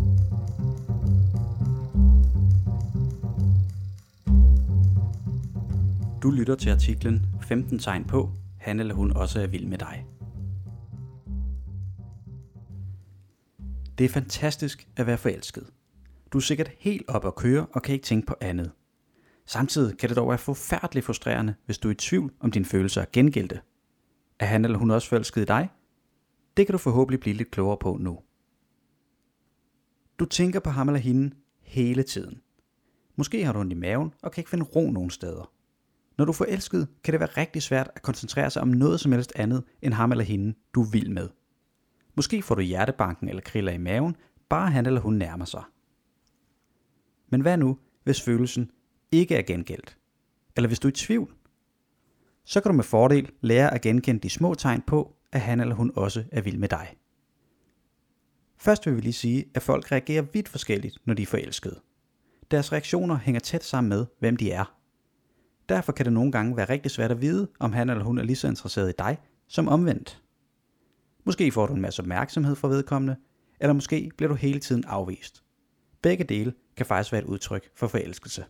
Du lytter til artiklen 15 tegn på, han eller hun også er vild med dig. Det er fantastisk at være forelsket. Du er sikkert helt op at køre og kan ikke tænke på andet. Samtidig kan det dog være forfærdeligt frustrerende, hvis du er i tvivl om dine følelser er gengældte. Er han eller hun også forelsket i dig? Det kan du forhåbentlig blive lidt klogere på nu. Du tænker på ham eller hende hele tiden. Måske har du ondt i maven og kan ikke finde ro nogen steder. Når du er forelsket, kan det være rigtig svært at koncentrere sig om noget som helst andet end ham eller hende, du er vild med. Måske får du hjertebanken eller kriller i maven, bare han eller hun nærmer sig. Men hvad nu, hvis følelsen ikke er gengældt? Eller hvis du er i tvivl? Så kan du med fordel lære at genkende de små tegn på, at han eller hun også er vild med dig. Først vil vi lige sige, at folk reagerer vidt forskelligt, når de er forelskede. Deres reaktioner hænger tæt sammen med, hvem de er. Derfor kan det nogle gange være rigtig svært at vide, om han eller hun er lige så interesseret i dig, som omvendt. Måske får du en masse opmærksomhed fra vedkommende, eller måske bliver du hele tiden afvist. Begge dele kan faktisk være et udtryk for forelskelse.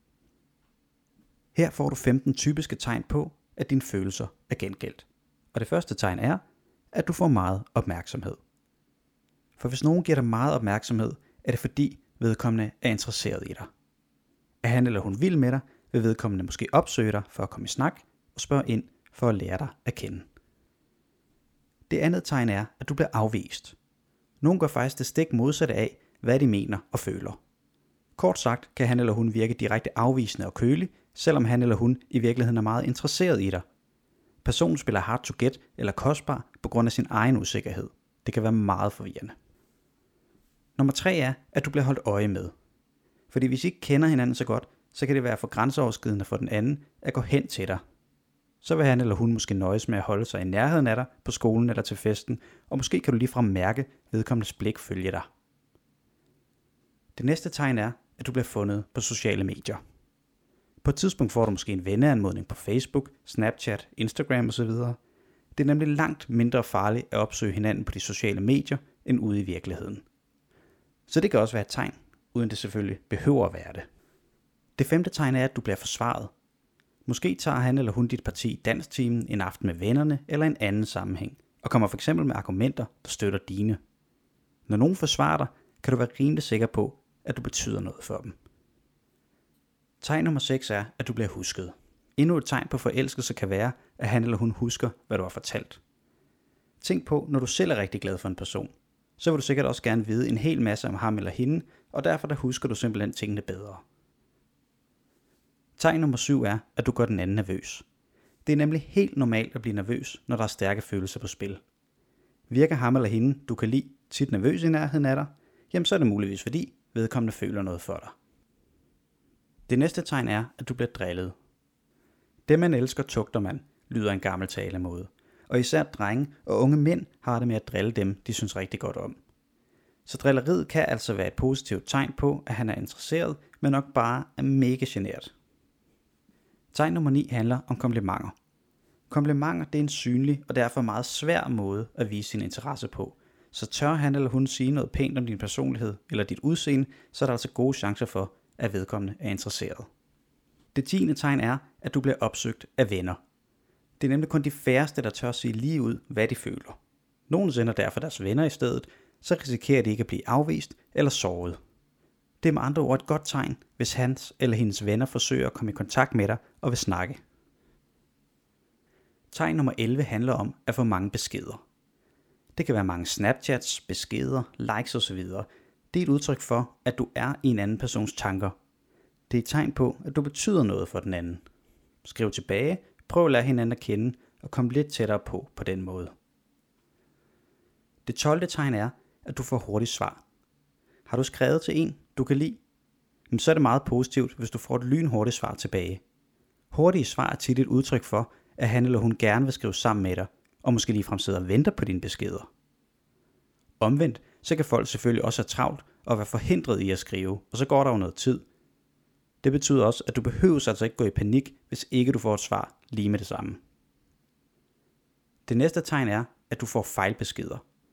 Her får du 15 typiske tegn på, at dine følelser er gengældt. Og det første tegn er, at du får meget opmærksomhed. For hvis nogen giver dig meget opmærksomhed, er det fordi vedkommende er interesseret i dig. Er han eller hun vild med dig, vil vedkommende måske opsøge dig for at komme i snak og spørge ind for at lære dig at kende. Det andet tegn er, at du bliver afvist. Nogen gør faktisk det stik modsatte af, hvad de mener og føler. Kort sagt kan han eller hun virke direkte afvisende og kølig, selvom han eller hun i virkeligheden er meget interesseret i dig. Personen spiller hard to get eller kostbar på grund af sin egen usikkerhed. Det kan være meget forvirrende. Nummer 3 er, at du bliver holdt øje med. Fordi hvis I ikke kender hinanden så godt, så kan det være for grænseoverskridende for den anden at gå hen til dig. Så vil han eller hun måske nøjes med at holde sig i nærheden af dig på skolen eller til festen, og måske kan du ligefrem mærke vedkommendes blik følge dig. Det næste tegn er, at du bliver fundet på sociale medier. På et tidspunkt får du måske en venneanmodning på Facebook, Snapchat, Instagram osv. Det er nemlig langt mindre farligt at opsøge hinanden på de sociale medier end ude i virkeligheden. Så det kan også være et tegn, uden det selvfølgelig behøver at være det. Det femte tegn er, at du bliver forsvaret. Måske tager han eller hun dit parti i danstimen en aften med vennerne eller en anden sammenhæng, og kommer f.eks. med argumenter, der støtter dine. Når nogen forsvarer dig, kan du være rimelig sikker på, at du betyder noget for dem. Tegn nummer 6 er, at du bliver husket. Endnu et tegn på forelskelse kan være, at han eller hun husker, hvad du har fortalt. Tænk på, når du selv er rigtig glad for en person, så vil du sikkert også gerne vide en hel masse om ham eller hende, og derfor der husker du simpelthen tingene bedre. Tegn nummer 7 er, at du gør den anden nervøs. Det er nemlig helt normalt at blive nervøs, når der er stærke følelser på spil. Virker ham eller hende, du kan lide, tit nervøs i nærheden af dig, jamen så er det muligvis fordi, vedkommende føler noget for dig. Det næste tegn er, at du bliver drillet. Det man elsker, tugter man, lyder en gammel talemåde. Og især drenge og unge mænd har det med at drille dem, de synes rigtig godt om. Så drilleriet kan altså være et positivt tegn på, at han er interesseret, men nok bare er mega genert. Tegn nummer 9 handler om komplimenter. Komplimenter det er en synlig og derfor meget svær måde at vise sin interesse på. Så tør han eller hun sige noget pænt om din personlighed eller dit udseende, så er der altså gode chancer for, at vedkommende er interesseret. Det 10. tegn er, at du bliver opsøgt af venner. Det er nemlig kun de færreste, der tør sige lige ud, hvad de føler. Nogle sender derfor deres venner i stedet, så risikerer de ikke at blive afvist eller såret. Det er med andre ord et godt tegn, hvis hans eller hendes venner forsøger at komme i kontakt med dig og vil snakke. Tegn nummer 11 handler om at få mange beskeder. Det kan være mange Snapchats, beskeder, likes osv. Det er et udtryk for, at du er i en anden persons tanker. Det er et tegn på, at du betyder noget for den anden. Skriv tilbage, prøv at lære hinanden at kende og kom lidt tættere på den måde. Det 12. tegn er, at du får hurtigt svar. Har du skrevet til en, du kan lide? Så er det meget positivt, hvis du får et lynhurtigt svar tilbage. Hurtige svar er tit et udtryk for, at han eller hun gerne vil skrive sammen med dig, og måske ligefrem sidder og venter på dine beskeder. Omvendt, så kan folk selvfølgelig også have travlt og være forhindret i at skrive, og så går der jo noget tid. Det betyder også, at du behøver altså ikke gå i panik, hvis ikke du får et svar lige med det samme. Det næste tegn er, at du får fejlbeskeder.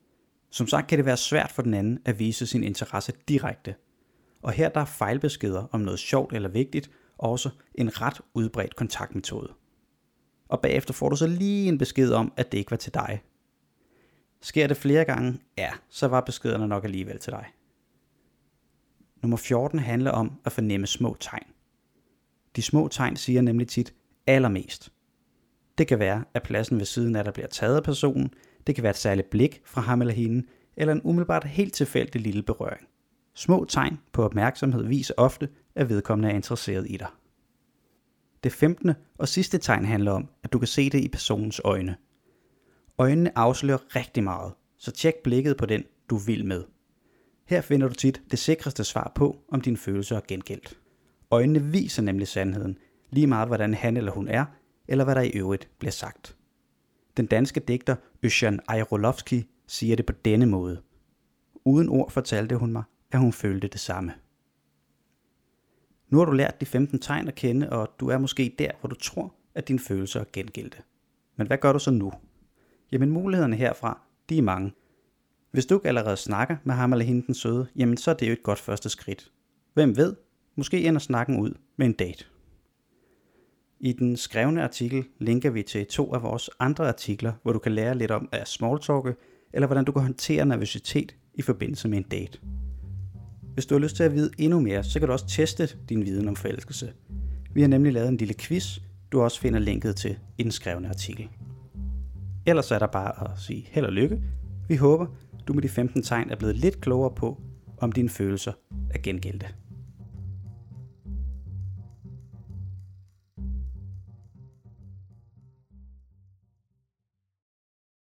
Som sagt kan det være svært for den anden at vise sin interesse direkte. Og her der er fejlbeskeder om noget sjovt eller vigtigt også en ret udbredt kontaktmetode. Og bagefter får du så lige en besked om, at det ikke var til dig. Sker det flere gange? Ja, så var beskederne nok alligevel til dig. Nummer 14 handler om at fornemme små tegn. De små tegn siger nemlig tit allermest. Det kan være, at pladsen ved siden af dig bliver taget af personen, det kan være et særligt blik fra ham eller hende, eller en umiddelbart helt tilfældig lille berøring. Små tegn på opmærksomhed viser ofte, at vedkommende er interesseret i dig. Det 15. og sidste tegn handler om, at du kan se det i personens øjne. Øjnene afslører rigtig meget, så tjek blikket på den, du vil med. Her finder du tit det sikreste svar på, om dine følelser er gengældt. Øjnene viser nemlig sandheden, lige meget hvordan han eller hun er, eller hvad der i øvrigt bliver sagt. Den danske digter Özcan Ajrolovski siger det på denne måde. Uden ord fortalte hun mig, at hun følte det samme. Nu har du lært de 15 tegn at kende, og du er måske der, hvor du tror, at dine følelser er gengældte. Men hvad gør du så nu? Jamen mulighederne herfra, de er mange. Hvis du ikke allerede snakker med ham eller hende den søde, jamen så er det jo et godt første skridt. Hvem ved? Måske ender snakken ud med en date. I den skrevne artikel linker vi til 2 af vores andre artikler, hvor du kan lære lidt om at smalltalke, eller hvordan du kan håndtere nervøsitet i forbindelse med en date. Hvis du har lyst til at vide endnu mere, så kan du også teste din viden om forelskelse. Vi har nemlig lavet en lille quiz, du også finder linket til i den skrevne artikel. Ellers er der bare at sige held og lykke. Vi håber, du med de 15 tegn er blevet lidt klogere på, om dine følelser er gengældte.